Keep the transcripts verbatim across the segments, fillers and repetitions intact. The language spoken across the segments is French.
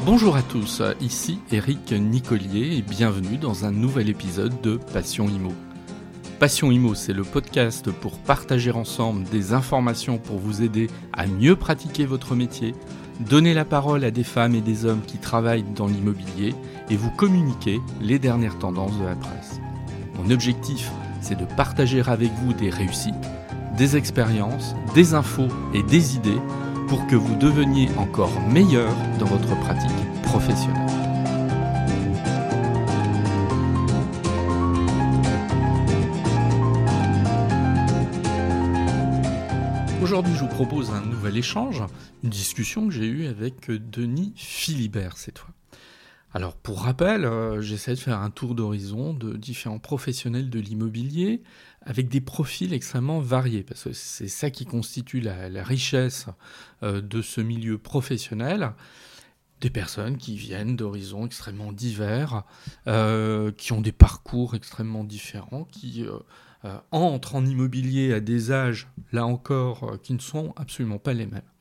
Bonjour à tous, ici Éric Nicolier et bienvenue dans un nouvel épisode de Passion Immo. Passion Immo, c'est le podcast pour partager ensemble des informations pour vous aider à mieux pratiquer votre métier, donner la parole à des femmes et des hommes qui travaillent dans l'immobilier et vous communiquer les dernières tendances de la presse. Mon objectif, c'est de partager avec vous des réussites, des expériences, des infos et des idées pour que vous deveniez encore meilleur dans votre pratique professionnelle. Aujourd'hui, je vous propose un nouvel échange, une discussion que j'ai eue avec Denis Philibert cette fois. Alors, pour rappel, euh, j'essaie de faire un tour d'horizon de différents professionnels de l'immobilier avec des profils extrêmement variés, parce que c'est ça qui constitue la, la richesse euh, de ce milieu professionnel. Des personnes qui viennent d'horizons extrêmement divers, euh, qui ont des parcours extrêmement différents, qui euh, euh, entrent en immobilier à des âges, là encore, euh, qui ne sont absolument pas les mêmes.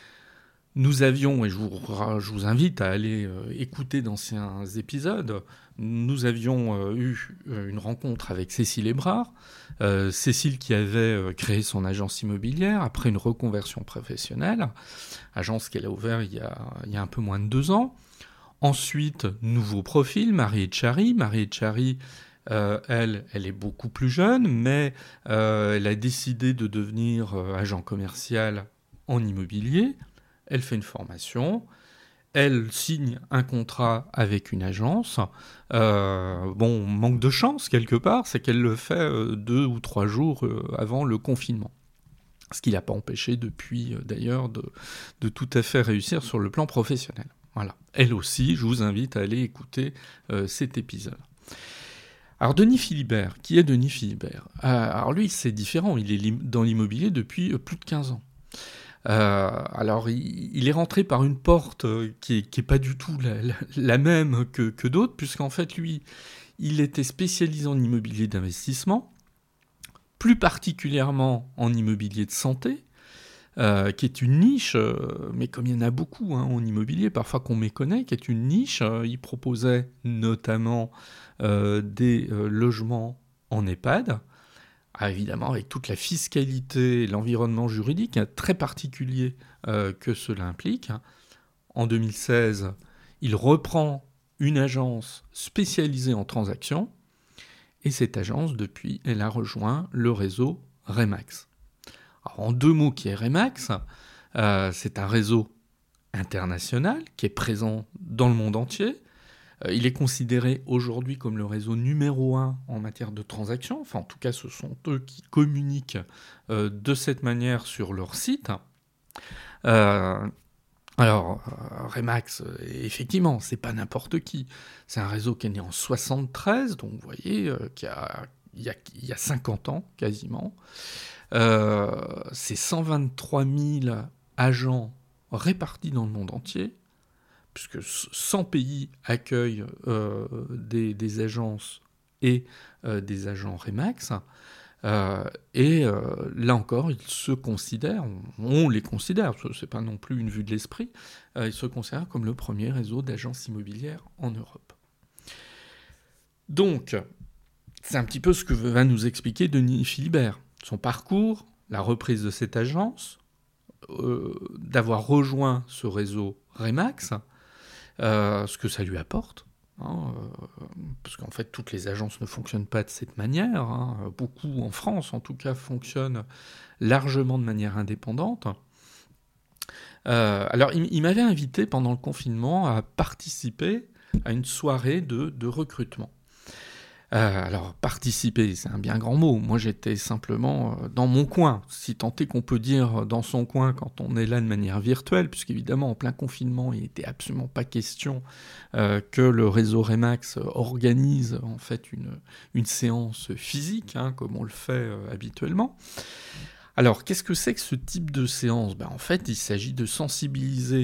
Nous avions, et je vous, je vous invite à aller euh, écouter d'anciens épisodes, nous avions euh, eu une rencontre avec Cécile Hébrard, euh, Cécile qui avait euh, créé son agence immobilière après une reconversion professionnelle, agence qu'elle a ouverte il y a, il y a un peu moins de deux ans. Ensuite, nouveau profil, Marie Etchari. Marie Etchari, euh, elle, elle est beaucoup plus jeune, mais euh, elle a décidé de devenir euh, agent commercial en immobilier. Elle fait une formation, elle signe un contrat avec une agence. Euh, bon, manque de chance quelque part, c'est qu'elle le fait euh, deux ou trois jours euh, avant le confinement. Ce qui ne l'a pas empêché depuis, euh, d'ailleurs, de, de tout à fait réussir sur le plan professionnel. Voilà. Elle aussi, je vous invite à aller écouter euh, cet épisode. Alors, Denis Philibert, qui est Denis Philibert ? euh, Alors lui, c'est différent, il est dans l'immobilier depuis euh, plus de quinze ans. Euh, alors, il, il est rentré par une porte euh, qui n'est qui est pas du tout la, la, la même que, que d'autres, puisqu'en fait, lui, il était spécialisé en immobilier d'investissement, plus particulièrement en immobilier de santé, euh, qui est une niche, euh, mais comme il y en a beaucoup hein, en immobilier, parfois qu'on méconnaît, qui est une niche. Euh, il proposait notamment euh, des euh, logements en EHPAD, Ah, évidemment, avec toute la fiscalité et l'environnement juridique hein, très particulier euh, que cela implique. En deux mille seize, il reprend une agence spécialisée en transactions, et cette agence, depuis, elle a rejoint le réseau Remax. Alors, en deux mots, qui est Remax ? euh, C'est un réseau international qui est présent dans le monde entier. Il est considéré aujourd'hui comme le réseau numéro un en matière de transactions. Enfin, en tout cas, ce sont eux qui communiquent euh, de cette manière sur leur site. Euh, alors, euh, Remax, effectivement, c'est pas n'importe qui. C'est un réseau qui est né en soixante-treize, donc vous voyez, euh, qui a, il, y a, il y a cinquante ans quasiment. Euh, c'est cent vingt-trois mille agents répartis dans le monde entier, puisque cent pays accueillent euh, des, des agences et euh, des agents Remax. Euh, et euh, là encore, ils se considèrent, on les considère, ce n'est pas non plus une vue de l'esprit, euh, ils se considèrent comme le premier réseau d'agences immobilières en Europe. Donc, c'est un petit peu ce que va nous expliquer Denis Philibert. Son parcours, la reprise de cette agence, euh, d'avoir rejoint ce réseau Remax, Euh, ce que ça lui apporte, hein, euh, parce qu'en fait toutes les agences ne fonctionnent pas de cette manière, hein. Beaucoup en France en tout cas fonctionnent largement de manière indépendante. Euh, alors il, il m'avait invité pendant le confinement à participer à une soirée de, de recrutement. Euh, alors, participer, c'est un bien grand mot. Moi, j'étais simplement euh, dans mon coin, si tant est qu'on peut dire dans son coin quand on est là de manière virtuelle, puisqu'évidemment, en plein confinement, il n'était absolument pas question euh, que le réseau Remax organise en fait une, une séance physique, hein, comme on le fait euh, habituellement. Alors, qu'est-ce que c'est que ce type de séance ? Ben, en fait, il s'agit de sensibiliser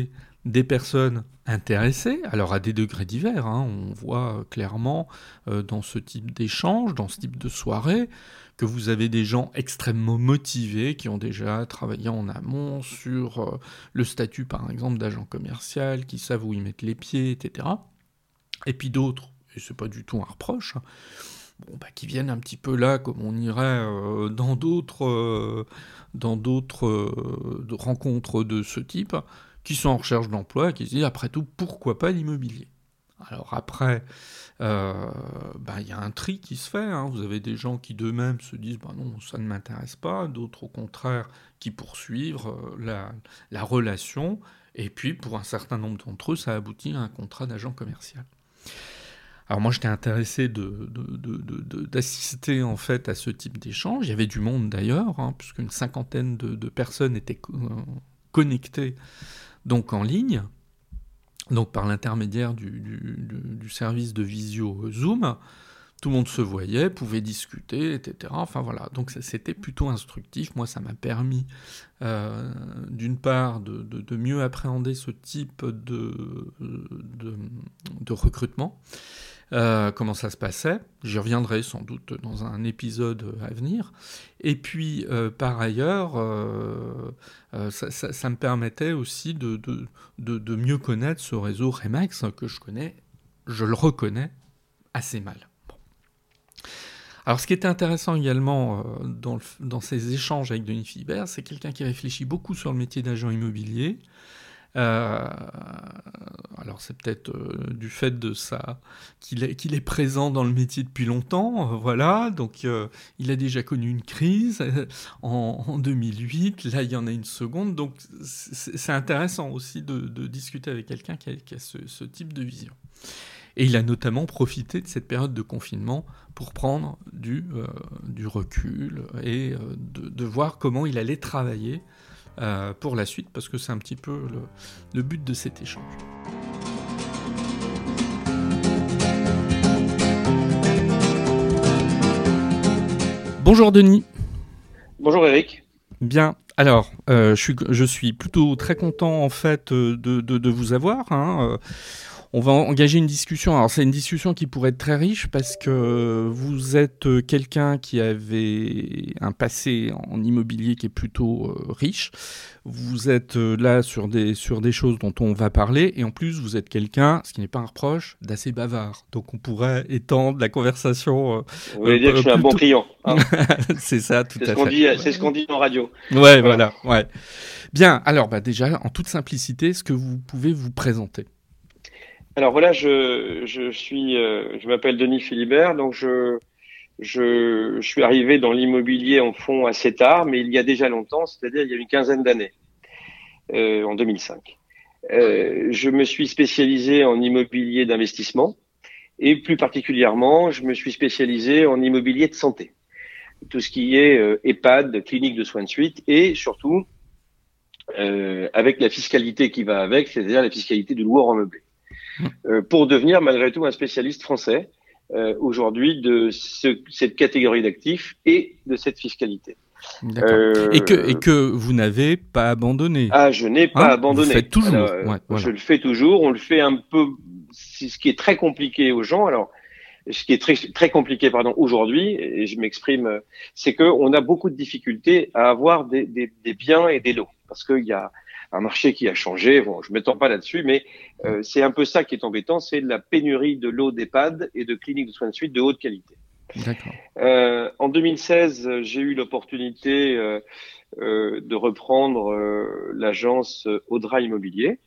des personnes intéressées, alors à des degrés divers, hein, on voit clairement euh, dans ce type d'échange, dans ce type de soirée, que vous avez des gens extrêmement motivés qui ont déjà travaillé en amont sur euh, le statut, par exemple, d'agent commercial, qui savent où ils mettent les pieds, et cetera. Et puis d'autres, et c'est pas du tout un reproche, bon, bah, qui viennent un petit peu là, comme on irait euh, dans d'autres, euh, dans d'autres euh, rencontres de ce type, qui sont en recherche d'emploi, et qui se disent, après tout, pourquoi pas l'immobilier ? Alors après, euh, bah, y a un tri qui se fait, hein. Vous avez des gens qui d'eux-mêmes se disent, bah non, ça ne m'intéresse pas, d'autres au contraire qui poursuivent euh, la, la relation, et puis pour un certain nombre d'entre eux, ça aboutit à un contrat d'agent commercial. Alors moi, j'étais intéressé de, de, de, de, de, d'assister en fait à ce type d'échange. Il y avait du monde d'ailleurs, hein, puisqu'une cinquantaine de, de personnes étaient co- euh, connectées donc en ligne, donc par l'intermédiaire du, du, du, du service de visio Zoom. Tout le monde se voyait, pouvait discuter, et cetera. Enfin voilà, donc ça, c'était plutôt instructif. Moi, ça m'a permis, euh, d'une part, de, de, de mieux appréhender ce type de, de, de recrutement. Euh, comment ça se passait. J'y reviendrai sans doute dans un épisode à venir. Et puis, euh, par ailleurs, euh, euh, ça, ça, ça me permettait aussi de, de, de, de mieux connaître ce réseau Remax que je connais, je le reconnais, assez mal. Bon. Alors, ce qui était intéressant également euh, dans, le, dans ces échanges avec Denis Philibert, c'est quelqu'un qui réfléchit beaucoup sur le métier d'agent immobilier. Euh, alors c'est peut-être euh, du fait de ça qu'il est, qu'il est présent dans le métier depuis longtemps, euh, voilà. Donc euh, il a déjà connu une crise euh, en, en deux mille huit. Là il y en a une seconde. Donc c'est, c'est intéressant aussi de, de discuter avec quelqu'un qui a, qui a ce, ce type de vision. Et il a notamment profité de cette période de confinement pour prendre du, euh, du recul et euh, de, de voir comment il allait travailler Euh, pour la suite, parce que c'est un petit peu le, le but de cet échange. Bonjour Denis. Bonjour Eric. Bien, alors euh, je, suis, je suis plutôt très content en fait de, de, de vous avoir, hein. On va engager une discussion. Alors c'est une discussion qui pourrait être très riche parce que vous êtes quelqu'un qui avait un passé en immobilier qui est plutôt euh, riche. Vous êtes là sur des, sur des choses dont on va parler et en plus vous êtes quelqu'un, ce qui n'est pas un reproche, d'assez bavard. Donc on pourrait étendre la conversation. Euh, vous voulez dire euh, que je suis plutôt... un bon client, hein. C'est ça, tout c'est à ce qu'on fait. dit, c'est ce qu'on dit en radio. Ouais, voilà. voilà ouais. Bien, alors bah, déjà, en toute simplicité, est-ce que vous pouvez vous présenter ? Alors voilà, je, je suis, euh, je m'appelle Denis Philibert, donc je, je, je suis arrivé dans l'immobilier en fond assez tard, mais il y a déjà longtemps, c'est-à-dire il y a une quinzaine d'années, euh, en deux mille cinq. Euh, je me suis spécialisé en immobilier d'investissement et plus particulièrement, je me suis spécialisé en immobilier de santé, tout ce qui est euh, EHPAD, clinique de soins de suite et surtout euh, avec la fiscalité qui va avec, c'est-à-dire la fiscalité du loueur en meublé. Euh, pour devenir malgré tout un spécialiste français euh, aujourd'hui de ce, cette catégorie d'actifs et de cette fiscalité. D'accord. Euh... Et, que, et que vous n'avez pas abandonné. Ah, je n'ai pas hein abandonné. Vous faites toujours. Alors, ouais, voilà. Je le fais toujours. On le fait un peu. C'est ce qui est très compliqué aux gens. Alors, ce qui est très très compliqué, pardon, aujourd'hui, et je m'exprime, c'est que on a beaucoup de difficultés à avoir des, des, des biens et des lots parce qu'il y a un marché qui a changé. Bon, je m'étends pas là-dessus, mais euh, c'est un peu ça qui est embêtant, c'est la pénurie de lots d'EHPAD et de cliniques de soins de suite de haute qualité. D'accord. Euh, en deux mille seize, j'ai eu l'opportunité euh, euh, de reprendre euh, l'agence Audra Immobilier,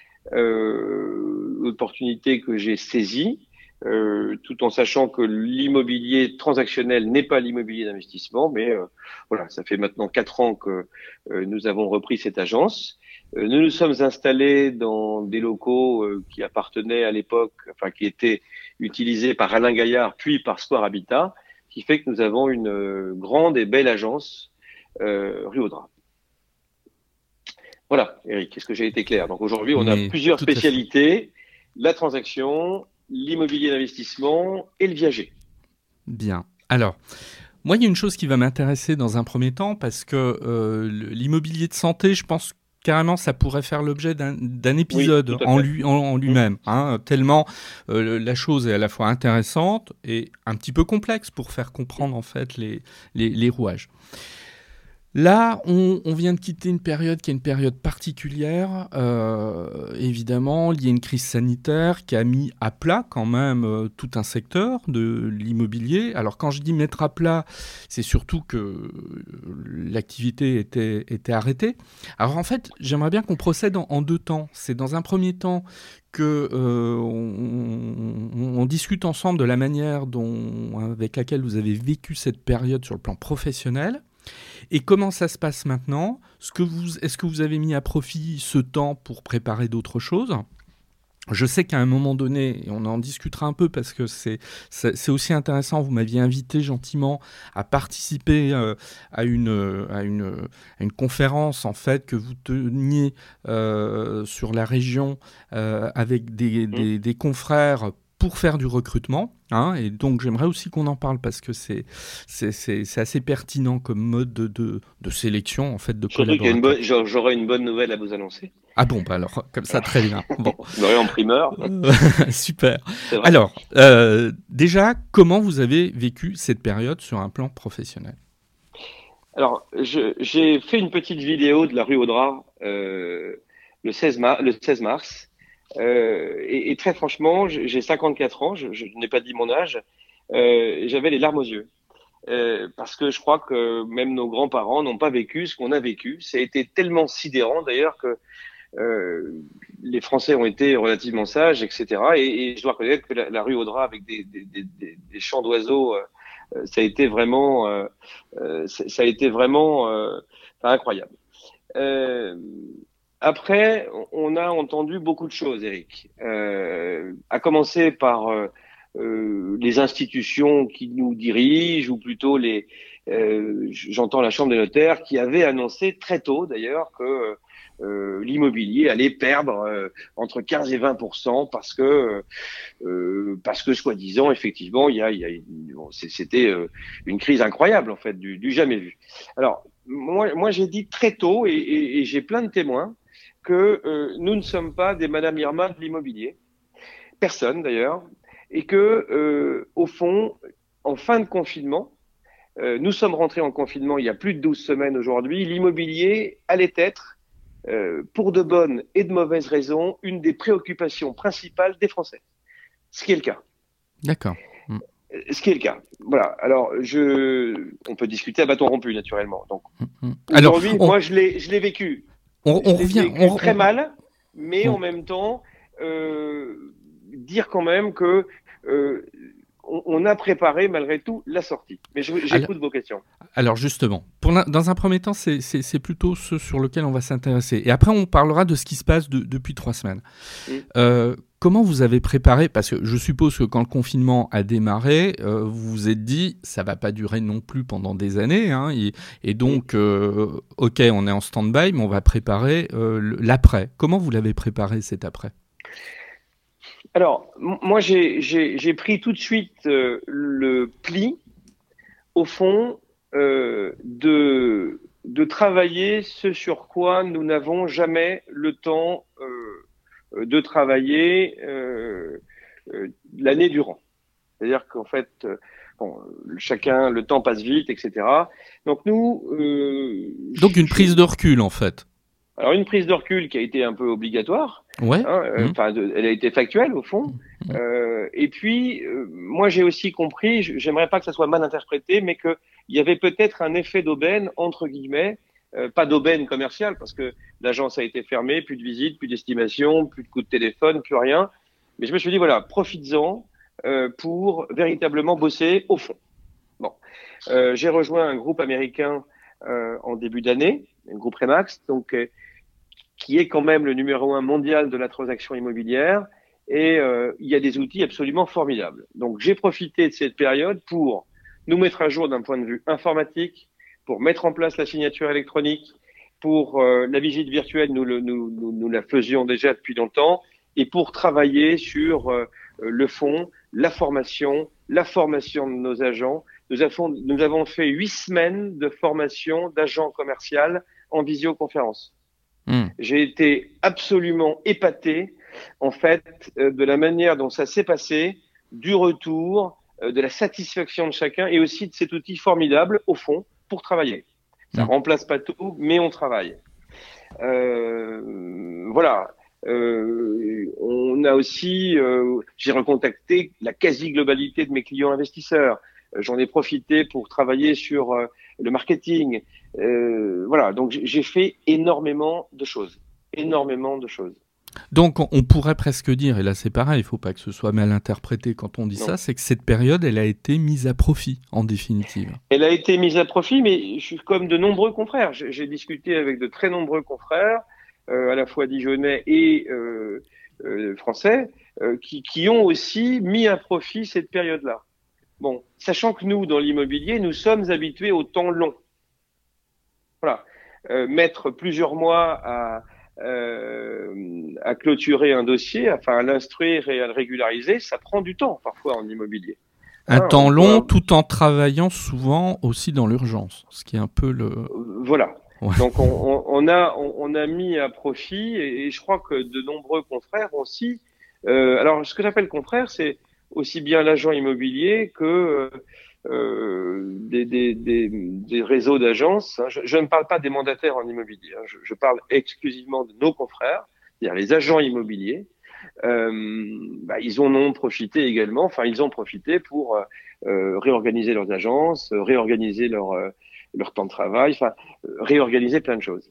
euh, opportunité que j'ai saisie. Euh, tout en sachant que l'immobilier transactionnel n'est pas l'immobilier d'investissement, mais euh, voilà, ça fait maintenant quatre ans que euh, nous avons repris cette agence. Euh, nous nous sommes installés dans des locaux euh, qui appartenaient à l'époque, enfin qui étaient utilisés par Alain Gaillard, puis par Square Habitat, qui fait que nous avons une euh, grande et belle agence euh, rue Audra. Voilà, Eric, est-ce que j'ai été clair? Donc aujourd'hui, on mais a plusieurs spécialités, la transaction, l'immobilier d'investissement et le viager. Bien. Alors, moi, il y a une chose qui va m'intéresser dans un premier temps parce que euh, l'immobilier de santé, je pense carrément, ça pourrait faire l'objet d'un, d'un épisode oui, en, lui, en, en lui-même, hein, tellement euh, la chose est à la fois intéressante et un petit peu complexe pour faire comprendre en fait les, les, les rouages. Là, on, on vient de quitter une période qui est une période particulière, euh, évidemment, liée à une crise sanitaire qui a mis à plat quand même euh, tout un secteur de l'immobilier. Alors quand je dis mettre à plat, c'est surtout que l'activité était, était arrêtée. Alors en fait, j'aimerais bien qu'on procède en, en deux temps. C'est dans un premier temps que euh, on, on, on discute ensemble de la manière dont, avec laquelle vous avez vécu cette période sur le plan professionnel. Et comment ça se passe maintenant ? Ce que vous, est-ce que vous avez mis à profit ce temps pour préparer d'autres choses ? Je sais qu'à un moment donné, et on en discutera un peu parce que c'est, c'est, c'est aussi intéressant, vous m'aviez invité gentiment à participer euh, à, une, à, une, à une conférence en fait, que vous teniez euh, sur la région euh, avec des, des, des confrères pour faire du recrutement, hein, et donc j'aimerais aussi qu'on en parle parce que c'est, c'est, c'est, c'est assez pertinent comme mode de, de, de sélection en fait de Surtout qu'il y a collaborateurs. une bonne, j'aurai une bonne nouvelle à vous annoncer. Ah bon, bah alors comme ça très bien. Bon, vous aurez en primeur. Super. Alors euh, déjà, comment vous avez vécu cette période sur un plan professionnel ? Alors, je, j'ai fait une petite vidéo de la rue Audras euh, le seize mars. Le seize mars. Euh, et, et très franchement, j'ai cinquante-quatre ans, je, je n'ai pas dit mon âge, euh, j'avais les larmes aux yeux. Euh, parce que je crois que même nos grands-parents n'ont pas vécu ce qu'on a vécu. Ça a été tellement sidérant d'ailleurs que euh, les Français ont été relativement sages, et cetera. Et, et je dois reconnaître que la, la rue Audras avec des, des, des, des, des chants d'oiseaux, euh, ça a été vraiment, euh, euh, ça a été vraiment euh, incroyable. Euh, Après, on a entendu beaucoup de choses, Eric. Euh, à commencer par euh, euh, les institutions qui nous dirigent, ou plutôt les, euh, j'entends la Chambre des notaires, qui avait annoncé très tôt d'ailleurs que euh, l'immobilier allait perdre euh, entre quinze et vingt pour cent parce que euh, parce que soi-disant, effectivement, il y a, il y a bon, c'était euh, une crise incroyable en fait, du, du jamais vu. Alors moi, moi j'ai dit très tôt, et, et, et j'ai plein de témoins, que euh, nous ne sommes pas des Madame Irma de l'immobilier, personne d'ailleurs, et que euh, au fond, en fin de confinement, euh, nous sommes rentrés en confinement il y a plus de douze semaines aujourd'hui, l'immobilier allait être, euh, pour de bonnes et de mauvaises raisons, une des préoccupations principales des Français. Ce qui est le cas. D'accord. Mmh. Ce qui est le cas. Voilà. Alors, je, on peut discuter à bâton rompu, naturellement. Donc, mmh. Alors, aujourd'hui, on... moi, je l'ai, je l'ai vécu. On, on revient on, très on... mal, mais on... en même temps, euh, dire quand même que euh, on, on a préparé malgré tout la sortie. Mais je, j'écoute alors, vos questions. Alors justement, pour la, dans un premier temps, c'est, c'est, c'est plutôt ce sur lequel on va s'intéresser. Et après, on parlera de ce qui se passe de, depuis trois semaines. Mmh. Euh, comment vous avez préparé ? Parce que je suppose que quand le confinement a démarré, euh, vous vous êtes dit, ça va pas durer non plus pendant des années. Hein, et, et donc, euh, ok, on est en stand-by, mais on va préparer euh, l'après. Comment vous l'avez préparé cet après ? Alors, moi, j'ai, j'ai, j'ai pris tout de suite euh, le pli, au fond, euh, de, de travailler ce sur quoi nous n'avons jamais le temps euh, de travailler euh, euh, l'année durant. C'est-à-dire qu'en fait, euh, bon, chacun, le temps passe vite, et cetera. Donc nous... Euh, Donc une prise de recul, en fait. Alors une prise de recul qui a été un peu obligatoire, ouais. hein, euh, mmh. de, elle a été factuelle au fond. Mmh. Euh, et puis euh, moi j'ai aussi compris, j'aimerais pas que ça soit mal interprété, mais que il y avait peut-être un effet d'aubaine entre guillemets, euh, pas d'aubaine commerciale parce que l'agence a été fermée, plus de visites, plus d'estimation, plus de coups de téléphone, plus rien. Mais je me suis dit voilà, profites-en euh, pour véritablement bosser au fond. Bon, euh, j'ai rejoint un groupe américain euh, en début d'année, un groupe Remax, donc euh, qui est quand même le numéro un mondial de la transaction immobilière, et euh, il y a des outils absolument formidables. Donc j'ai profité de cette période pour nous mettre à jour d'un point de vue informatique, pour mettre en place la signature électronique, pour euh, la visite virtuelle, nous, le, nous, nous, nous la faisions déjà depuis longtemps, et pour travailler sur euh, le fond, la formation, la formation de nos agents. Nous avons, nous avons fait huit semaines de formation d'agents commerciaux en visioconférence. Mmh. J'ai été absolument épaté, en fait, euh, de la manière dont ça s'est passé, du retour, euh, de la satisfaction de chacun et aussi de cet outil formidable, au fond, pour travailler. Ça Mmh. remplace pas tout, mais on travaille. Euh, voilà. Euh, on a aussi, euh, j'ai recontacté la quasi-globalité de mes clients investisseurs. Euh, J'en ai profité pour travailler sur euh, le marketing. Euh, voilà, donc j'ai j'ai fait énormément de choses, énormément de choses. Donc, on on pourrait presque dire, et là c'est pareil, il ne faut pas que ce soit mal interprété quand on dit Non. ça, c'est que cette période, elle a été mise à profit, en définitive. Elle a été mise à profit, mais je suis comme de nombreux confrères. J'ai j'ai discuté avec de très nombreux confrères, euh, à la fois dijonnais et euh, euh, français, euh, qui, qui ont aussi mis à profit cette période-là. Bon, sachant que nous, dans l'immobilier, nous sommes habitués au temps long. Voilà. Euh, mettre plusieurs mois à, euh, à clôturer un dossier, enfin à l'instruire et à le régulariser, ça prend du temps parfois en immobilier. Un Hein, on temps peut long, avoir- tout en travaillant souvent aussi dans l'urgence, ce qui est un peu le... Voilà. Ouais. Donc on, on, on a on, on a mis à profit et, et je crois que de nombreux confrères aussi. Euh, alors ce que j'appelle confrères, c'est aussi bien l'agent immobilier que euh, des, des, des, des réseaux d'agences. Je, je ne parle pas des mandataires en immobilier. Hein. Je, je parle exclusivement de nos confrères, c'est-à-dire les agents immobiliers. Euh, bah, ils en ont profité également. Enfin, ils ont profité pour euh, réorganiser leurs agences, réorganiser leur euh, leur temps de travail, enfin, euh, réorganiser plein de choses.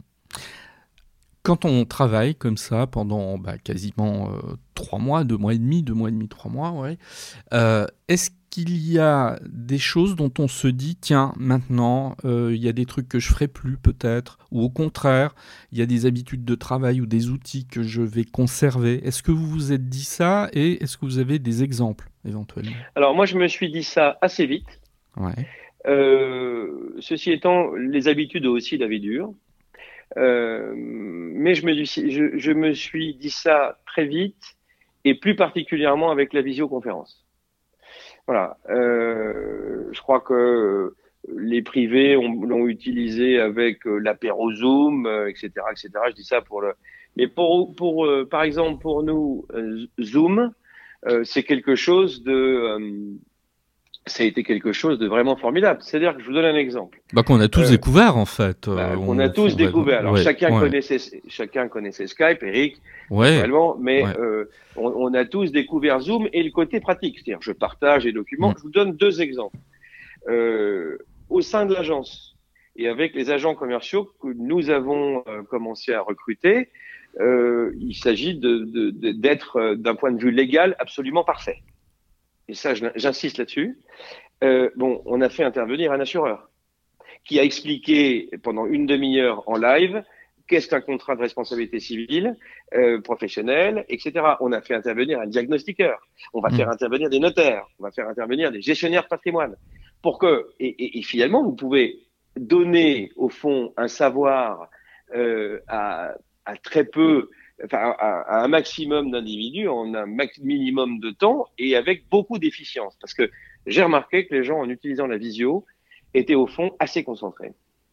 Quand on travaille comme ça pendant bah, quasiment euh, trois mois, deux mois et demi, deux mois et demi, trois mois, ouais, euh, est-ce qu'il y a des choses dont on se dit, tiens, maintenant, euh, il y a des trucs que je ferai plus peut-être, ou au contraire, il y a des habitudes de travail ou des outils que je vais conserver. Est-ce que vous vous êtes dit ça et est-ce que vous avez des exemples éventuellement? Alors moi, je me suis dit ça assez vite. Ouais. Euh, ceci étant, les habitudes ont aussi la vie dure. Euh, mais je me, dis- je, je me suis dit ça très vite et plus particulièrement avec la visioconférence. Voilà. Euh, je crois que les privés ont- l'ont utilisé avec euh, l'apéro Zoom, euh, et cetera, et cetera. Je dis ça pour le. Mais pour, pour euh, par exemple, pour nous, euh, Zoom, euh, c'est quelque chose de. euh, ça a été quelque chose de vraiment formidable. C'est-à-dire que je vous donne un exemple. Bah, qu'on a tous Euh, découvert en fait. bah, Euh, qu'on a on, tous on va- découvert. Alors ouais, chacun ouais, connaissait, chacun connaissait Skype, Eric, ouais, naturellement, mais ouais. euh, on, on a tous découvert Zoom et le côté pratique, c'est-à-dire je partage les documents. Mm. Je vous donne deux exemples. Euh, au sein de l'agence et avec les agents commerciaux que nous avons euh, commencé à recruter, euh, il s'agit de, de, de, d'être euh, d'un point de vue légal absolument parfait. Et ça, je- j'insiste là-dessus. Euh, bon, on a fait intervenir un assureur qui a expliqué pendant une demi-heure en live qu'est-ce qu'un contrat de responsabilité civile, euh, professionnelle, et cetera. On a fait intervenir un diagnostiqueur, on va Mm. faire intervenir des notaires, on va faire intervenir des gestionnaires de patrimoine, pour que, et, et, et finalement, vous pouvez donner au fond un savoir euh, à, à très peu, enfin à, à un maximum d'individus en un max minimum de temps et avec beaucoup d'efficience. Parce que j'ai remarqué que les gens, en utilisant la visio, étaient au fond assez concentrés.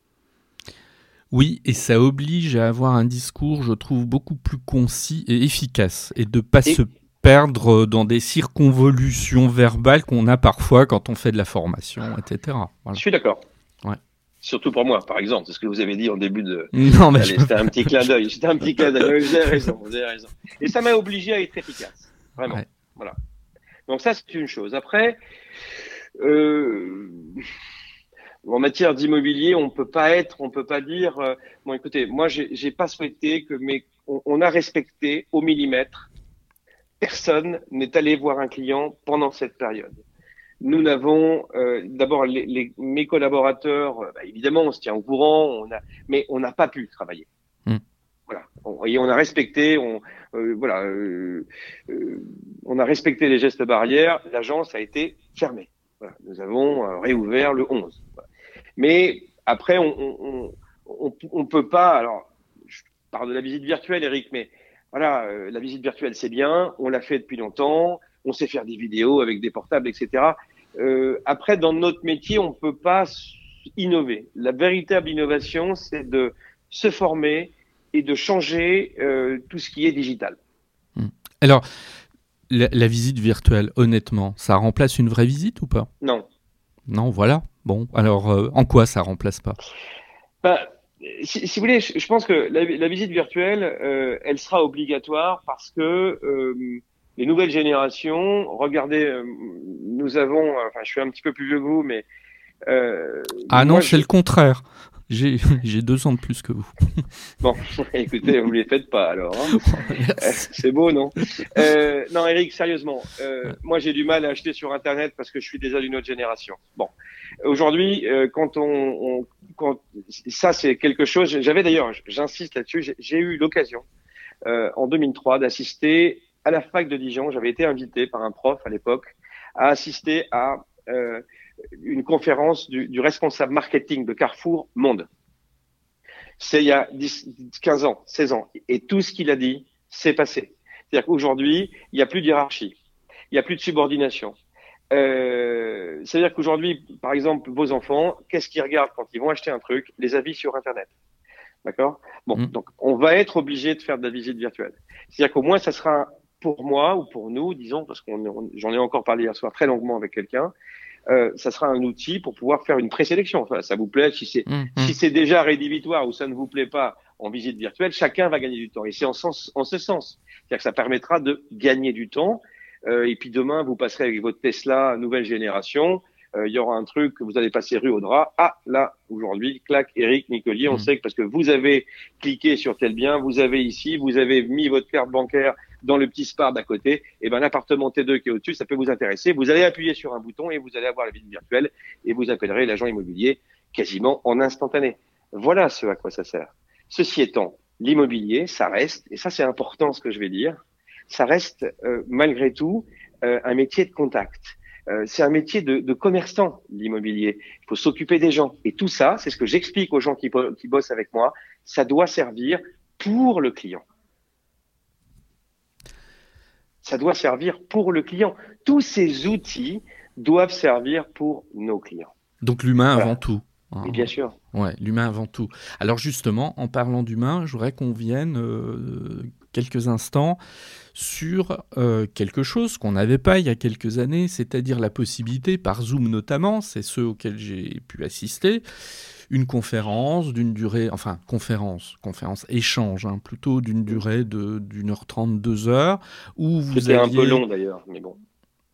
Oui, et ça oblige à avoir un discours, je trouve, beaucoup plus concis et efficace, et de pas Et se perdre dans des circonvolutions verbales qu'on a parfois quand on fait de la formation, et cetera. je Voilà. suis d'accord. Ouais. Surtout pour moi, par exemple, c'est ce que vous avez dit en début de. Non, mais je Allez, peux c'était pas. un petit clin d'œil. C'était un petit clin d'œil. Vous avez raison. Vous avez raison. Et ça m'a obligé à être efficace. Vraiment. Ouais. Voilà. Donc ça, c'est une chose. Après, euh, en matière d'immobilier, on peut pas être, on peut pas dire. Euh, bon, écoutez, moi, j'ai j'ai pas souhaité que mes. On, on a respecté au millimètre. Personne n'est allé voir un client pendant cette période. Nous n'avons euh, d'abord les, les, mes collaborateurs, euh, bah, évidemment, on se tient au courant, on a, mais on n'a pas pu travailler. Mm. Voilà. On, et on a respecté, on, euh, voilà, euh, euh, on a respecté les gestes barrières. L'agence a été fermée. Voilà. Nous avons euh, réouvert le onze. Voilà. Mais après, on, on, on, on peut pas. Alors, je parle de la visite virtuelle, Eric, mais voilà, euh, la visite virtuelle, c'est bien. On l'a fait depuis longtemps. On sait faire des vidéos avec des portables, et cetera. Euh, après, dans notre métier, on ne peut pas innover. La véritable innovation, c'est de se former et de changer euh, tout ce qui est digital. Alors, la, la visite virtuelle, honnêtement, ça remplace une vraie visite ou pas? Non. Non, voilà. Bon, alors euh, en quoi ça remplace pas? Ben, si, si vous voulez, je, je pense que la, la visite virtuelle, euh, elle sera obligatoire parce que euh, les nouvelles générations, regardez, euh, nous avons, enfin, je suis un petit peu plus vieux que vous, mais euh, Ah non, moi, c'est je, le contraire. J'ai j'ai deux ans de plus que vous. bon, écoutez, vous les faites pas alors. Hein. Euh, Merci. c'est beau, non? Euh, non, Eric, sérieusement, euh, Ouais. moi j'ai du mal à acheter sur Internet parce que je suis déjà d'une autre génération. Bon, aujourd'hui, euh, quand on, on quand ça c'est quelque chose. J'avais d'ailleurs, j'insiste là-dessus, j'ai j'ai eu l'occasion euh, en deux mille trois d'assister à la fac de Dijon. J'avais été invité par un prof à l'époque à assister à euh, une conférence du, du responsable marketing de Carrefour Monde. C'est il y a dix, quinze ans, seize ans. Et tout ce qu'il a dit, c'est passé. C'est-à-dire qu'aujourd'hui, il n'y a plus de hiérarchie. Il n'y a plus de subordination. Euh, c'est-à-dire qu'aujourd'hui, par exemple, vos enfants, qu'est-ce qu'ils regardent quand ils vont acheter un truc? Les avis sur Internet. D'accord? Bon, Mm. donc on va être obligé de faire de la visite virtuelle. C'est-à-dire qu'au moins, ça sera pour moi ou pour nous, disons, parce qu'on on- j'en ai encore parlé hier soir très longuement avec quelqu'un, euh, ça sera un outil pour pouvoir faire une présélection. Enfin, ça vous plaît, si c'est Mm, mm. si c'est déjà rédhibitoire ou ça ne vous plaît pas en visite virtuelle, chacun va gagner du temps. Et c'est en sens en ce sens, c'est-à-dire que ça permettra de gagner du temps. Euh, et puis demain, vous passerez avec votre Tesla nouvelle génération. Euh, Il y aura un truc que vous allez passer rue au drap. Ah, là, aujourd'hui, clac, Eric Nicolier, on Mm. sait que parce que vous avez cliqué sur tel bien, vous avez ici, vous avez mis votre carte bancaire dans le petit spar d'à côté, et ben l'appartement T deux qui est au-dessus, ça peut vous intéresser. Vous allez appuyer sur un bouton et vous allez avoir la visite virtuelle et vous appellerez l'agent immobilier quasiment en instantané. Voilà ce à quoi ça sert. Ceci étant, l'immobilier, ça reste, et ça c'est important ce que je vais dire, ça reste euh, malgré tout euh, un métier de contact. Euh, c'est un métier de, de commerçant, l'immobilier. Il faut s'occuper des gens. Et tout ça, c'est ce que j'explique aux gens qui, qui bossent avec moi, ça doit servir pour le client. Ça doit servir pour le client. Tous ces outils doivent servir pour nos clients. Donc l'humain avant Voilà. tout. Hein. Et bien sûr. Ouais, l'humain avant tout. Alors justement, en parlant d'humain, je voudrais qu'on vienne euh, quelques instants sur euh, quelque chose qu'on n'avait pas il y a quelques années, c'est-à-dire la possibilité, par Zoom notamment, c'est ceux auxquels j'ai pu assister, une conférence d'une durée, enfin conférence, conférence échange, hein, plutôt d'une durée de d'une heure trente, deux heures, où vous C'était aviez... un peu long d'ailleurs, mais bon.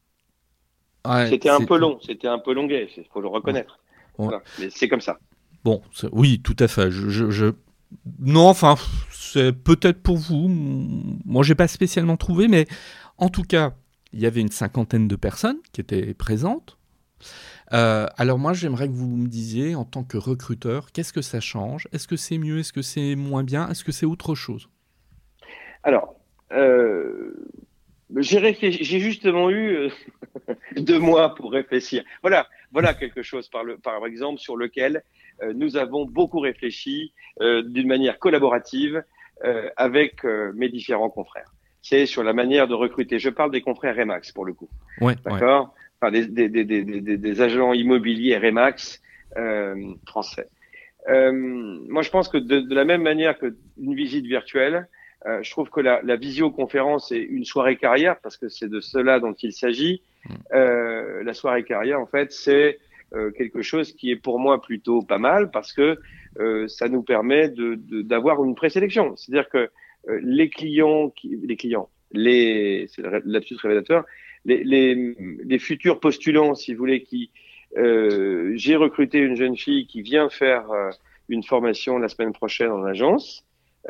Ouais, c'était un c'est... peu long, c'était un peu longuet, il faut le reconnaître. Ouais. Voilà. Mais c'est comme ça. Bon, c'est... oui, tout à fait. Je, je, je... Non, enfin, c'est peut-être pour vous. Moi, j'ai pas spécialement trouvé, mais en tout cas, il y avait une cinquantaine de personnes qui étaient présentes. Euh, alors moi, j'aimerais que vous me disiez, en tant que recruteur, qu'est-ce que ça change? Est-ce que c'est mieux? Est-ce que c'est moins bien? Est-ce que c'est autre chose? Alors, euh, j'ai réfléchi, j'ai justement eu euh, deux mois pour réfléchir. Voilà, voilà quelque chose par, le, par exemple sur lequel euh, nous avons beaucoup réfléchi euh, d'une manière collaborative euh, avec euh, mes différents confrères. C'est sur la manière de recruter. Je parle des confrères Remax pour le coup. Ouais, D'accord. Ouais. Enfin, des, des, des, des, des, des agents immobiliers Remax euh, français. Euh, moi, je pense que de, de la même manière qu'une visite virtuelle, euh, je trouve que la, la visioconférence est une soirée carrière, parce que c'est de cela dont il s'agit. Euh, la soirée carrière, en fait, c'est euh, quelque chose qui est pour moi plutôt pas mal, parce que euh, ça nous permet de, de, d'avoir une présélection. C'est-à-dire que euh, les clients, qui, les clients, les, c'est le lapsus révélateur, les, les, les futurs postulants, si vous voulez, qui euh, j'ai recruté une jeune fille qui vient faire euh, une formation la semaine prochaine en agence.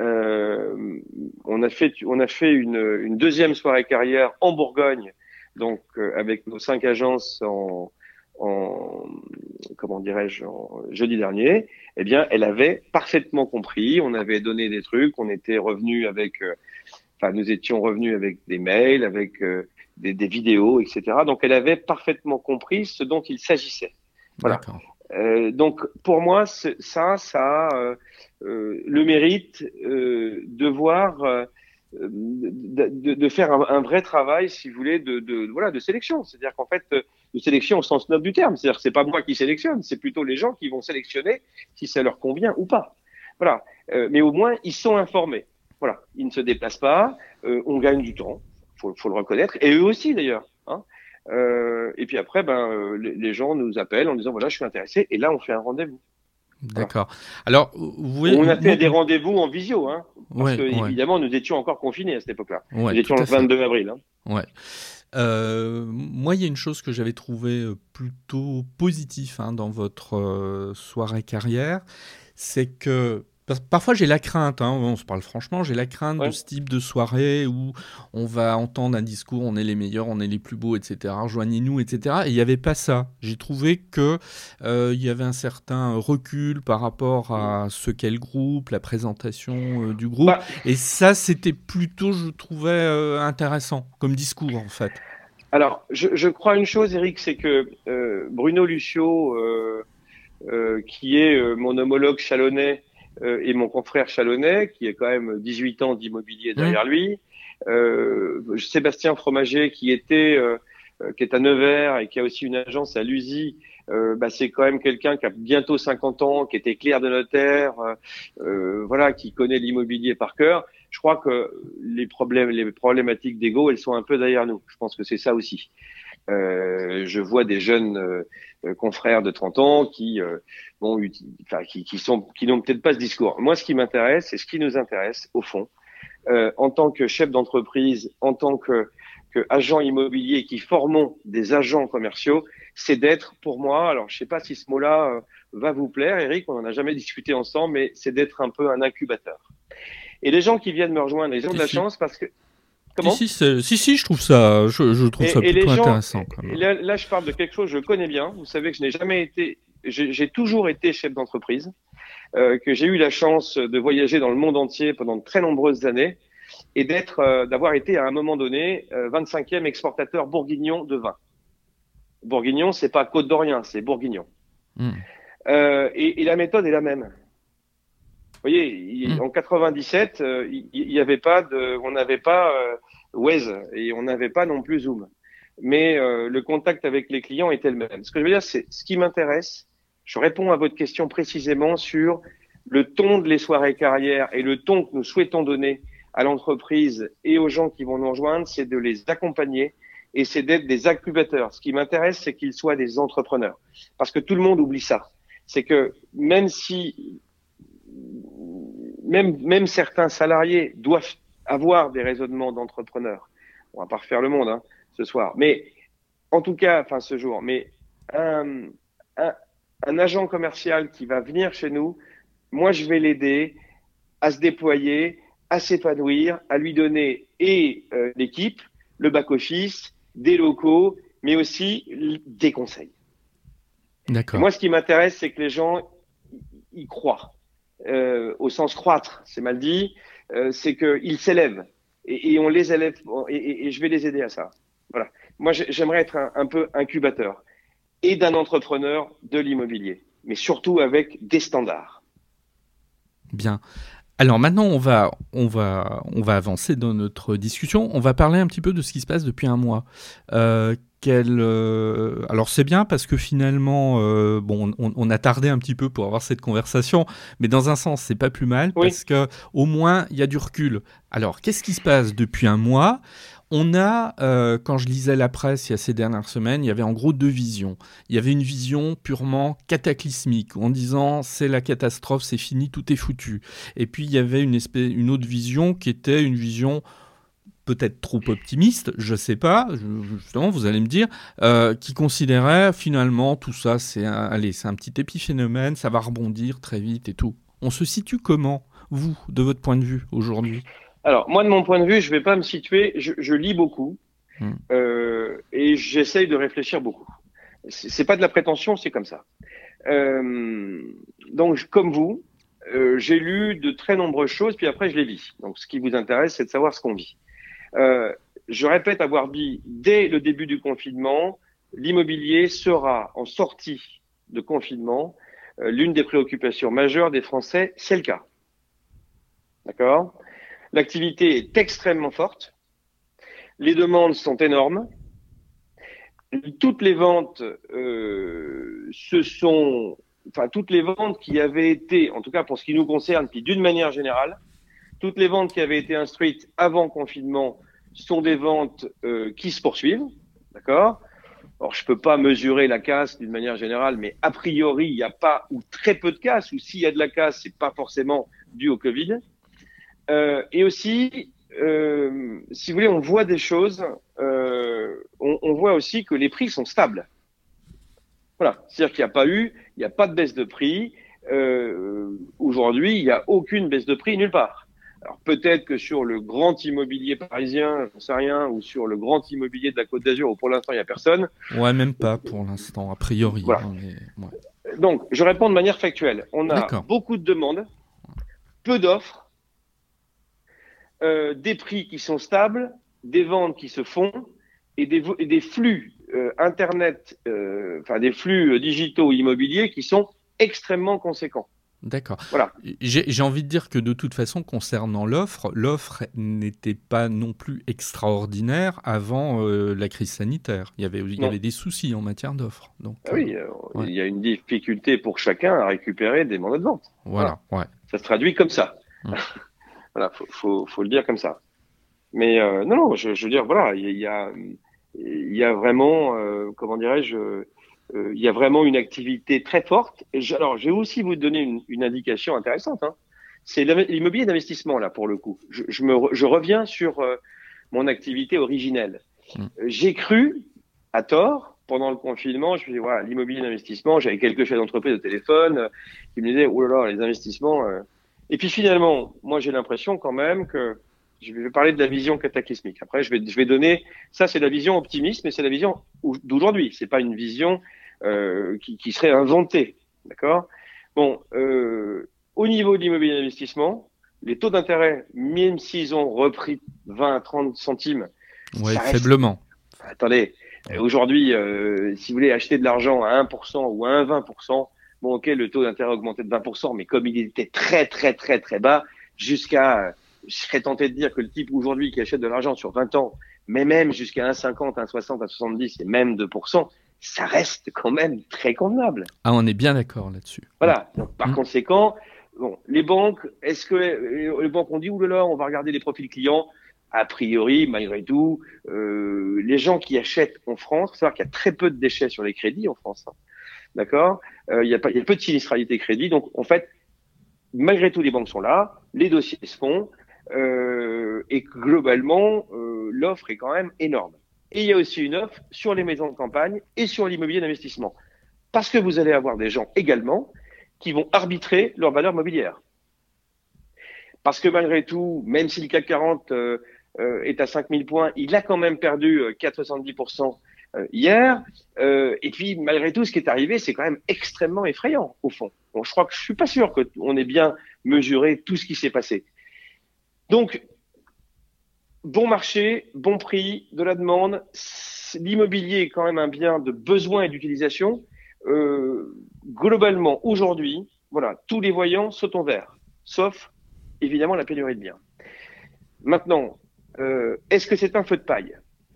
Euh, on a fait, on a fait une, une deuxième soirée carrière en Bourgogne, donc euh, avec nos cinq agences en, en comment dirais-je, en, jeudi dernier. Eh bien, elle avait parfaitement compris. On avait donné des trucs, on était revenu avec, euh, enfin, nous étions revenus avec des mails, avec euh, des, des vidéos, et cetera. Donc, elle avait parfaitement compris ce dont il s'agissait. Voilà. D'accord. Euh, donc pour moi, ça, ça a euh, euh, le mérite euh, de voir, euh, de, de, de faire un, un vrai travail, si vous voulez, de, de voilà, de sélection. C'est-à-dire qu'en fait, de sélection au sens noble du terme. C'est-à-dire que c'est pas moi qui sélectionne, c'est plutôt les gens qui vont sélectionner si ça leur convient ou pas. Voilà. Euh, mais au moins, ils sont informés. Voilà. Ils ne se déplacent pas. Euh, on gagne du temps. Faut, faut le reconnaître. Et eux aussi, d'ailleurs. Hein. Euh, et puis après, ben, euh, les, les gens nous appellent en disant voilà, je suis intéressé. Et là, on fait un rendez-vous. D'accord. Voilà. Alors, vous voyez, on a fait moi, des rendez-vous en visio, hein, parce ouais, que ouais, évidemment, nous étions encore confinés à cette époque-là. ouais, Nous étions tout le à fait. vingt-deux avril. Hein. Ouais. Euh, moi, il y a une chose que j'avais trouvée plutôt positive hein, dans votre euh, soirée carrière, c'est que parfois j'ai la crainte, hein, on se parle franchement, j'ai la crainte ouais. de ce type de soirée où on va entendre un discours, on est les meilleurs, on est les plus beaux, et cetera. Rejoignez-nous, et cetera. Et il n'y avait pas ça. J'ai trouvé qu'il euh, y avait un certain recul par rapport à ce qu'est le groupe, la présentation euh, du groupe. Bah, et ça, c'était plutôt, je trouvais, euh, intéressant comme discours, en fait. Alors, je, je crois une chose, Eric, c'est que euh, Bruno Lucio, euh, euh, qui est euh, mon homologue chalonnais, et mon confrère chalonnais, qui a quand même dix-huit ans d'immobilier derrière mmh. lui, euh, Sébastien Fromager, qui était, euh, qui est à Nevers et qui a aussi une agence à Lusy, euh, bah, c'est quand même quelqu'un qui a bientôt cinquante ans, qui était clerc de notaire, euh, voilà, qui connaît l'immobilier par cœur. Je crois que les problèmes, les problématiques d'ego, elles sont un peu derrière nous. Je pense que c'est ça aussi. Euh, je vois des jeunes euh, confrères de trente ans qui, euh, bon, enfin, qui, qui sont, qui n'ont peut-être pas ce discours. Moi, ce qui m'intéresse, et ce qui nous intéresse, au fond, euh, en tant que chef d'entreprise, en tant que, que agent immobilier qui formons des agents commerciaux, c'est d'être, pour moi, alors je sais pas si ce mot-là euh, va vous plaire, Eric, on n'en a jamais discuté ensemble, mais c'est d'être un peu un incubateur. Et les gens qui viennent me rejoindre, ils ont de la chance parce que Comment si, si, si, si, je trouve ça, je, je trouve et, ça plutôt gens, intéressant. Quand même. Là, là, je parle de quelque chose que je connais bien. Vous savez que je n'ai jamais été, j'ai toujours été chef d'entreprise, euh, que j'ai eu la chance de voyager dans le monde entier pendant de très nombreuses années et d'être, euh, d'avoir été à un moment donné euh, vingt-cinquième exportateur bourguignon de vin. Bourguignon, c'est pas Côte d'Orient, c'est Bourguignon. Mm. Euh, et, et la méthode est la même. Vous voyez, il, mm. en quatre-vingt-dix-sept, euh, il, il y avait pas de, on n'avait pas euh, Waze et on n'avait pas non plus Zoom. Mais euh, le contact avec les clients était le même. Ce que je veux dire, c'est ce qui m'intéresse. Je réponds à votre question précisément sur le ton de les soirées carrières et le ton que nous souhaitons donner à l'entreprise et aux gens qui vont nous rejoindre, c'est de les accompagner et c'est d'être des incubateurs. Ce qui m'intéresse, c'est qu'ils soient des entrepreneurs. Parce que tout le monde oublie ça. C'est que même si Même, même certains salariés doivent avoir des raisonnements d'entrepreneurs. On va pas refaire le monde hein, ce soir, mais en tout cas, enfin ce jour. Mais un, un, un agent commercial qui va venir chez nous, moi je vais l'aider à se déployer, à s'épanouir, à lui donner et euh, l'équipe, le back office, des locaux, mais aussi des conseils. D'accord. Et moi, ce qui m'intéresse, c'est que les gens y croient. Euh, au sens croître, c'est mal dit, euh, c'est qu'ils s'élèvent et, et on les élève et, et, et je vais les aider à ça. Voilà. Moi, j'aimerais être un, un peu incubateur et d'un entrepreneur de l'immobilier, mais surtout avec des standards. Bien. Alors maintenant, on va, on va, on va avancer dans notre discussion. On va parler un petit peu de ce qui se passe depuis un mois. Euh, Quelle, euh, alors c'est bien parce que finalement, euh, bon, on, on a tardé un petit peu pour avoir cette conversation, mais dans un sens, c'est pas plus mal oui. parce que au moins il y a du recul. Alors, qu'est-ce qui se passe depuis un mois ? On a, euh, quand je lisais la presse il y a ces dernières semaines, il y avait en gros deux visions. Il y avait une vision purement cataclysmique, en disant c'est la catastrophe, c'est fini, tout est foutu. Et puis il y avait une, espèce, une autre vision qui était une vision peut-être trop optimiste, je sais pas, justement, vous allez me dire, euh, qui considérait finalement tout ça, c'est un, allez, c'est un petit épiphénomène, ça va rebondir très vite et tout. On se situe comment, vous, de votre point de vue, aujourd'hui ? Alors, moi, de mon point de vue, je vais pas me situer, je, je lis beaucoup hmm. euh, et j'essaye de réfléchir beaucoup. C'est, c'est pas de la prétention, c'est comme ça. Euh, donc, comme vous, euh, j'ai lu de très nombreuses choses, puis après, je les vis. Donc, ce qui vous intéresse, c'est de savoir ce qu'on vit. Euh, je répète avoir dit dès le début du confinement, l'immobilier sera en sortie de confinement euh, l'une des préoccupations majeures des Français, c'est le cas. D'accord ? L'activité est extrêmement forte, les demandes sont énormes, toutes les ventes euh, se sont, enfin toutes les ventes qui avaient été, en tout cas pour ce qui nous concerne, puis d'une manière générale, toutes les ventes qui avaient été instruites avant confinement sont des ventes euh, qui se poursuivent, d'accord? Alors je peux pas mesurer la casse d'une manière générale, mais a priori il n'y a pas ou très peu de casse, ou s'il y a de la casse, c'est pas forcément dû au Covid. Euh, et aussi, euh, si vous voulez, on voit des choses. Euh, on, on voit aussi que les prix sont stables. Voilà, c'est-à-dire qu'il n'y a pas eu, il n'y a pas de baisse de prix. Euh, aujourd'hui, il n'y a aucune baisse de prix nulle part. Alors peut-être que sur le grand immobilier parisien, j'en sais rien, ou sur le grand immobilier de la Côte d'Azur, où pour l'instant il n'y a personne. Ouais, même pas pour l'instant, a priori. Voilà. Hein, mais, ouais. Donc, je réponds de manière factuelle. On a D'accord. beaucoup de demandes, peu d'offres, euh, des prix qui sont stables, des ventes qui se font et des, et des flux euh, internet, euh, enfin des flux euh, digitaux immobiliers qui sont extrêmement conséquents. D'accord. Voilà. J'ai, j'ai envie de dire que de toute façon, concernant l'offre, l'offre n'était pas non plus extraordinaire avant euh, la crise sanitaire. Il y avait, il y avait des soucis en matière d'offre. Donc, ah oui, euh, ouais. ouais. Il y a une difficulté pour chacun à récupérer des mandats de vente. Voilà, voilà. Ouais. Ça se traduit comme ça. Hum. Voilà, faut, faut, faut le dire comme ça. Mais euh, non, non, je, je veux dire, voilà, il y a, il y a vraiment, euh, comment dirais-je, euh, il y a vraiment une activité très forte. Et je, alors, je vais aussi vous donner une, une indication intéressante. Hein. C'est l'immobilier d'investissement là, pour le coup. Je, je me, je reviens sur euh, mon activité originelle. Mmh. J'ai cru, à tort, pendant le confinement, je me dis voilà, l'immobilier d'investissement. J'avais quelques chefs d'entreprise au téléphone euh, qui me disaient oh là là, les investissements. Euh. Et puis finalement, moi, j'ai l'impression quand même que je vais parler de la vision cataclysmique. Après, je vais, je vais donner, ça c'est la vision optimiste, mais c'est la vision d'aujourd'hui. C'est pas une vision euh, qui, qui serait inventée, d'accord? Bon, euh, au niveau de l'immobilier d'investissement, les taux d'intérêt, même s'ils ont repris vingt à trente centimes, ouais, faiblement. Reste... Attendez, ouais. Aujourd'hui, euh, si vous voulez acheter de l'argent à un pour cent ou à un virgule vingt pour cent, bon, ok, le taux d'intérêt a augmenté de vingt pour cent, mais comme il était très très très très bas, jusqu'à je serais tenté de dire que le type aujourd'hui qui achète de l'argent sur vingt ans, mais même jusqu'à un virgule cinquante, un virgule soixante, un virgule soixante-dix et même deux pour cent, ça reste quand même très convenable. Ah, on est bien d'accord là-dessus. Voilà. Donc, par mmh. conséquent, bon, les banques, est-ce que les banques ont dit, oulala, on va regarder les profils clients? A priori, malgré tout, euh, les gens qui achètent en France, faut savoir qu'il y a très peu de déchets sur les crédits en France. Hein. D'accord? Euh, il y a pas, il y a peu de sinistralité crédit. Donc, en fait, malgré tout, les banques sont là, les dossiers se font. Euh, et globalement, euh, l'offre est quand même énorme. Et il y a aussi une offre sur les maisons de campagne et sur l'immobilier d'investissement. Parce que vous allez avoir des gens également qui vont arbitrer leur valeur mobilière. Parce que malgré tout, même si le C A C quarante euh, euh, est à cinq mille points, il a quand même perdu euh, quatre virgule soixante-dix pour cent euh, hier. Euh, et puis, malgré tout, ce qui est arrivé, c'est quand même extrêmement effrayant, au fond. Bon, je crois que je suis pas sûr qu'on ait bien mesuré tout ce qui s'est passé. Donc, bon marché, bon prix, de la demande. L'immobilier est quand même un bien de besoin et d'utilisation. Euh, globalement, aujourd'hui, voilà, tous les voyants sautent en vert, sauf évidemment la pénurie de biens. Maintenant, euh, est-ce que c'est un feu de paille?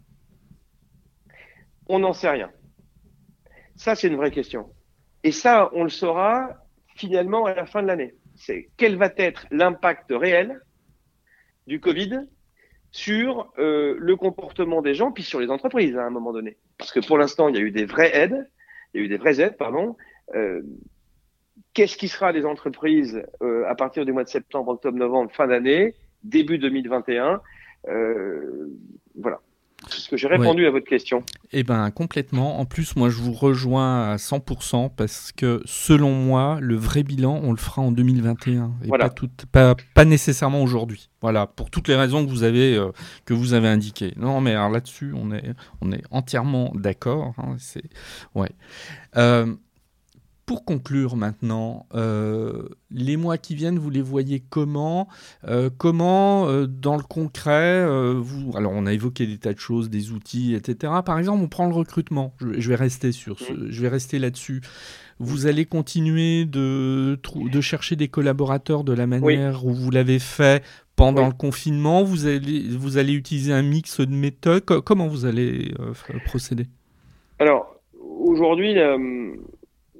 On n'en sait rien. Ça, c'est une vraie question. Et ça, on le saura finalement à la fin de l'année. C'est quel va être l'impact réel du Covid sur euh, le comportement des gens, puis sur les entreprises à un moment donné. Parce que pour l'instant, il y a eu des vraies aides, il y a eu des vraies aides, pardon. Euh, qu'est-ce qui sera des entreprises euh, à partir du mois de septembre, octobre, novembre, fin d'année, début deux mille vingt et un euh, Voilà. Est-ce que j'ai répondu ouais. à votre question? Eh bien, complètement. En plus, moi, je vous rejoins à cent pour cent parce que, selon moi, le vrai bilan, on le fera en deux mille vingt et un et voilà. pas, tout, pas, pas nécessairement aujourd'hui. Voilà, pour toutes les raisons que vous avez, euh, que vous avez indiquées. Non, mais alors là-dessus, on est, on est entièrement d'accord. Hein, c'est... Ouais. Euh, Pour conclure maintenant, euh, les mois qui viennent, vous les voyez comment euh, Comment, euh, dans le concret, euh, vous... Alors, on a évoqué des tas de choses, des outils, et cetera. Par exemple, on prend le recrutement. Je, je vais rester sur ce, je vais rester là-dessus. Vous allez continuer de, de chercher des collaborateurs de la manière oui. où vous l'avez fait pendant oui. le confinement. Vous allez, vous allez utiliser un mix de méthodes. Comment vous allez euh, procéder? Alors, aujourd'hui... Euh...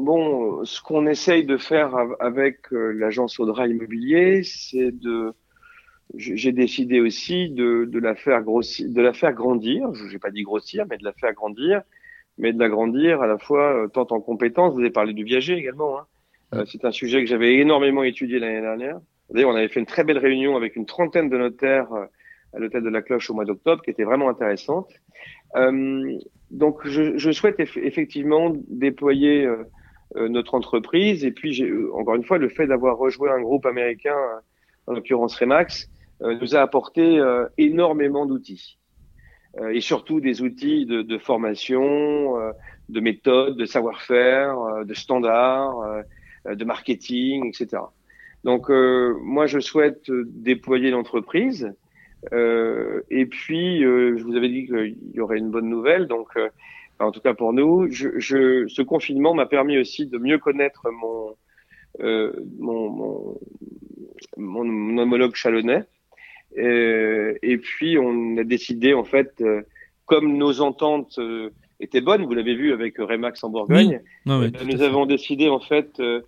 bon, ce qu'on essaye de faire avec l'agence Audra Immobilier, c'est de, j'ai décidé aussi de, de la faire grossir, de la faire grandir. Je n'ai pas dit grossir, mais de la faire grandir, mais de la grandir à la fois tant en compétences. Vous avez parlé du viager également. Hein. Euh, c'est un sujet que j'avais énormément étudié l'année dernière. D'ailleurs, on avait fait une très belle réunion avec une trentaine de notaires à l'hôtel de la Cloche au mois d'octobre, qui était vraiment intéressante. Euh, donc, je, je souhaite eff- effectivement déployer euh, euh, notre entreprise. Et puis, j'ai, euh, encore une fois, le fait d'avoir rejoint un groupe américain, euh, en l'occurrence Remax, euh, nous a apporté euh, énormément d'outils. Euh, et surtout des outils de, de formation, euh, de méthodes, de savoir-faire, euh, de standards, euh, de marketing, et cetera. Donc, euh, moi, je souhaite déployer l'entreprise. Euh, et puis, euh, je vous avais dit qu'il y aurait une bonne nouvelle. Donc, euh, en tout cas pour nous, je, je, ce confinement m'a permis aussi de mieux connaître mon, euh, mon, mon, mon, mon homologue chalonnais. Euh, et puis, on a décidé, en fait, euh, comme nos ententes euh, étaient bonnes, vous l'avez vu avec Remax en Bourgogne, oui. Non, oui, euh, nous avons décidé, en fait, euh,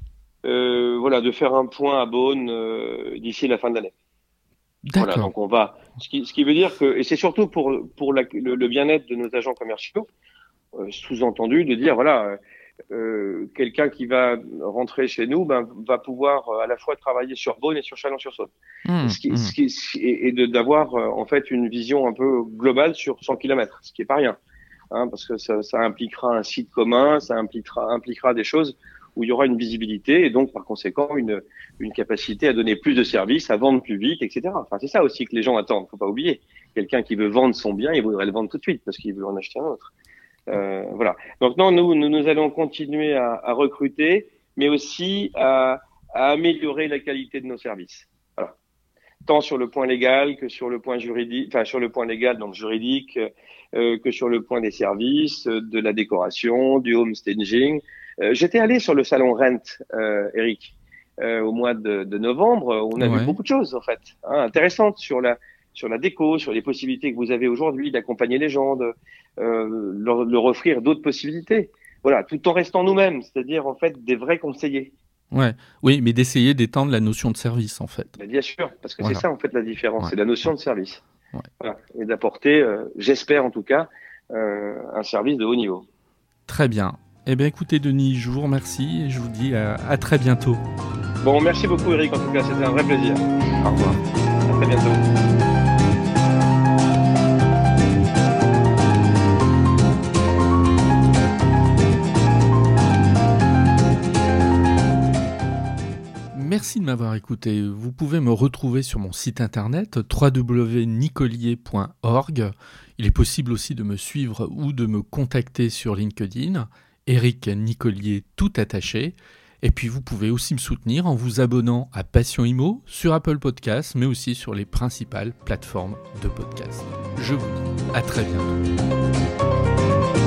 euh, voilà, de faire un point à Beaune euh, d'ici la fin de l'année. D'accord. Voilà, donc on va, ce qui, ce qui veut dire que, et c'est surtout pour pour la, le, le bien-être de nos agents commerciaux, euh, sous-entendu de dire voilà, euh, quelqu'un qui va rentrer chez nous, ben va pouvoir à la fois travailler sur Beaune et sur Chalon-sur-Saône, mmh, ce qui, mmh. ce qui, et, et de d'avoir euh, en fait une vision un peu globale sur cent kilomètres, ce qui est pas rien, hein, parce que ça, ça impliquera un site commun, ça impliquera impliquera des choses où il y aura une visibilité et donc par conséquent une une capacité à donner plus de services, à vendre plus vite, et cetera. Enfin, c'est ça aussi que les gens attendent. Faut pas oublier. Quelqu'un qui veut vendre son bien, il voudrait le vendre tout de suite parce qu'il veut en acheter un autre. Euh, voilà. Donc non, nous, nous, nous allons continuer à, à recruter, mais aussi à, à améliorer la qualité de nos services. Voilà. Tant sur le point légal que sur le point juridique, enfin sur le point légal, donc juridique, euh, que sur le point des services, de la décoration, du home staging. Euh, j'étais allé sur le salon Rent, euh, Eric, euh, au mois de, de novembre. On a ouais. vu beaucoup de choses en fait, hein, intéressantes sur la sur la déco, sur les possibilités que vous avez aujourd'hui d'accompagner les gens, de euh, leur, leur offrir d'autres possibilités. Voilà, tout en restant nous-mêmes, c'est-à-dire en fait des vrais conseillers. Ouais, oui, mais d'essayer d'étendre la notion de service en fait. Mais bien sûr, parce que voilà. c'est ça en fait la différence, ouais. c'est la notion de service. Ouais. Voilà. Et d'apporter, euh, j'espère en tout cas, euh, un service de haut niveau. Très bien. Eh bien écoutez Denis, je vous remercie et je vous dis à, à très bientôt. Bon, merci beaucoup Eric, en tout cas c'était un vrai plaisir. Au revoir. À très bientôt. Merci de m'avoir écouté. Vous pouvez me retrouver sur mon site internet w w w point nicolier point org. Il est possible aussi de me suivre ou de me contacter sur LinkedIn. Eric Nicolier tout attaché. Et puis vous pouvez aussi me soutenir en vous abonnant à Passion Immo sur Apple Podcasts, mais aussi sur les principales plateformes de podcasts. Je vous dis à très bientôt.